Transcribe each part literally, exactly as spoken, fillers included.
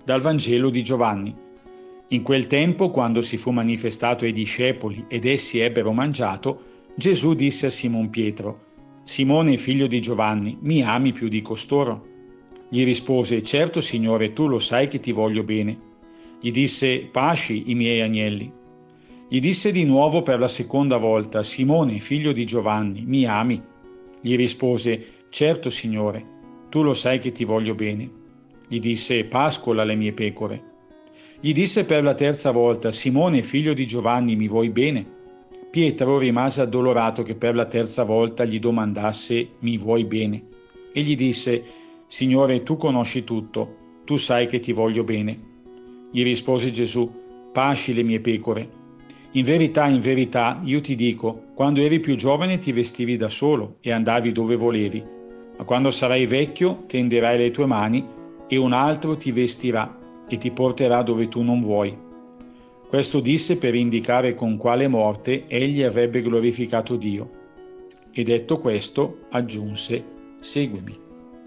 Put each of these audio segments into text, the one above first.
Dal Vangelo di Giovanni. In quel tempo, quando si fu manifestato ai discepoli ed essi ebbero mangiato, Gesù disse a Simon Pietro: «Simone, figlio di Giovanni, mi ami più di costoro?» Gli rispose: «Certo, Signore, tu lo sai che ti voglio bene». Gli disse: «Pasci i miei agnelli». Gli disse di nuovo per la seconda volta: «Simone, figlio di Giovanni, mi ami?» Gli rispose: «Certo, Signore, tu lo sai che ti voglio bene». Gli disse: «Pascola le mie pecore». Gli disse per la terza volta: «Simone, figlio di Giovanni, mi vuoi bene?» Pietro rimase addolorato che per la terza volta gli domandasse: «Mi vuoi bene?» E gli disse: «Signore, tu conosci tutto, tu sai che ti voglio bene». Gli rispose Gesù: «Pasci le mie pecore. In verità, in verità, io ti dico, quando eri più giovane ti vestivi da solo e andavi dove volevi, ma quando sarai vecchio tenderai le tue mani e un altro ti vestirà e ti porterà dove tu non vuoi». Questo disse per indicare con quale morte egli avrebbe glorificato Dio. E detto questo, aggiunse: «Seguimi».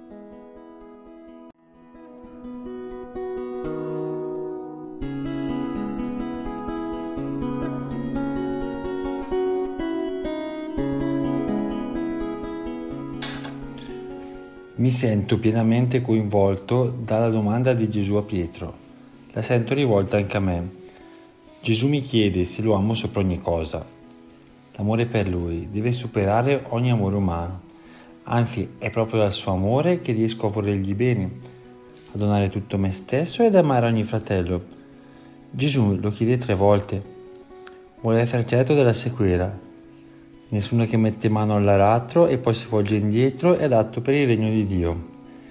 Mi sento pienamente coinvolto dalla domanda di Gesù a Pietro. La sento rivolta anche a me. Gesù mi chiede se lo amo sopra ogni cosa. L'amore per Lui deve superare ogni amore umano. Anzi, è proprio dal suo amore che riesco a volergli bene, a donare tutto me stesso ed amare ogni fratello. Gesù lo chiede tre volte. Vuole essere certo della sequela. Nessuno che mette mano all'aratro e poi si volge indietro è adatto per il regno di Dio.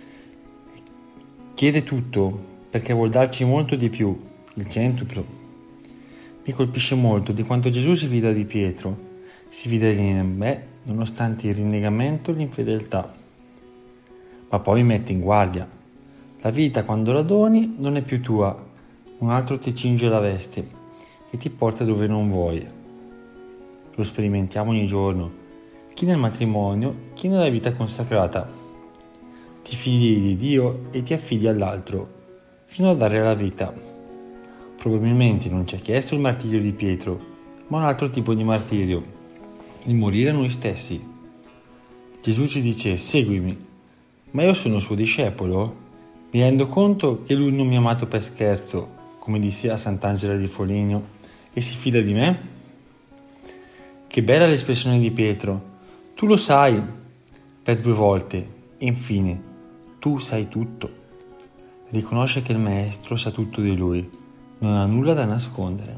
Chiede tutto perché vuol darci molto di più, il centuplo. Mi colpisce molto di quanto Gesù si fida di Pietro, si fida di me nonostante il rinnegamento e l'infedeltà. Ma poi mi mette in guardia. La vita, quando la doni, non è più tua, un altro ti cinge la veste e ti porta dove non vuoi. Lo sperimentiamo ogni giorno, chi nel matrimonio, chi nella vita consacrata. Ti fidi di Dio e ti affidi all'altro, fino a dare la vita. Probabilmente non ci ha chiesto il martirio di Pietro, ma un altro tipo di martirio, il morire a noi stessi. Gesù ci dice: «Seguimi», ma io sono suo discepolo? Mi rendo conto che lui non mi ha amato per scherzo, come disse a Sant'Angela di Foligno, e si fida di me? Che bella l'espressione di Pietro: «Tu lo sai», per due volte, e infine, «Tu sai tutto». Riconosce che il Maestro sa tutto di lui, non ha nulla da nascondere.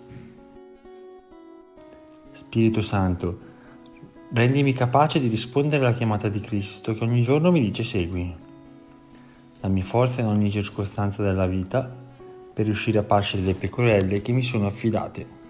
Spirito Santo, rendimi capace di rispondere alla chiamata di Cristo che ogni giorno mi dice: «Segui». Dammi forza in ogni circostanza della vita per riuscire a pascere le pecorelle che mi sono affidate.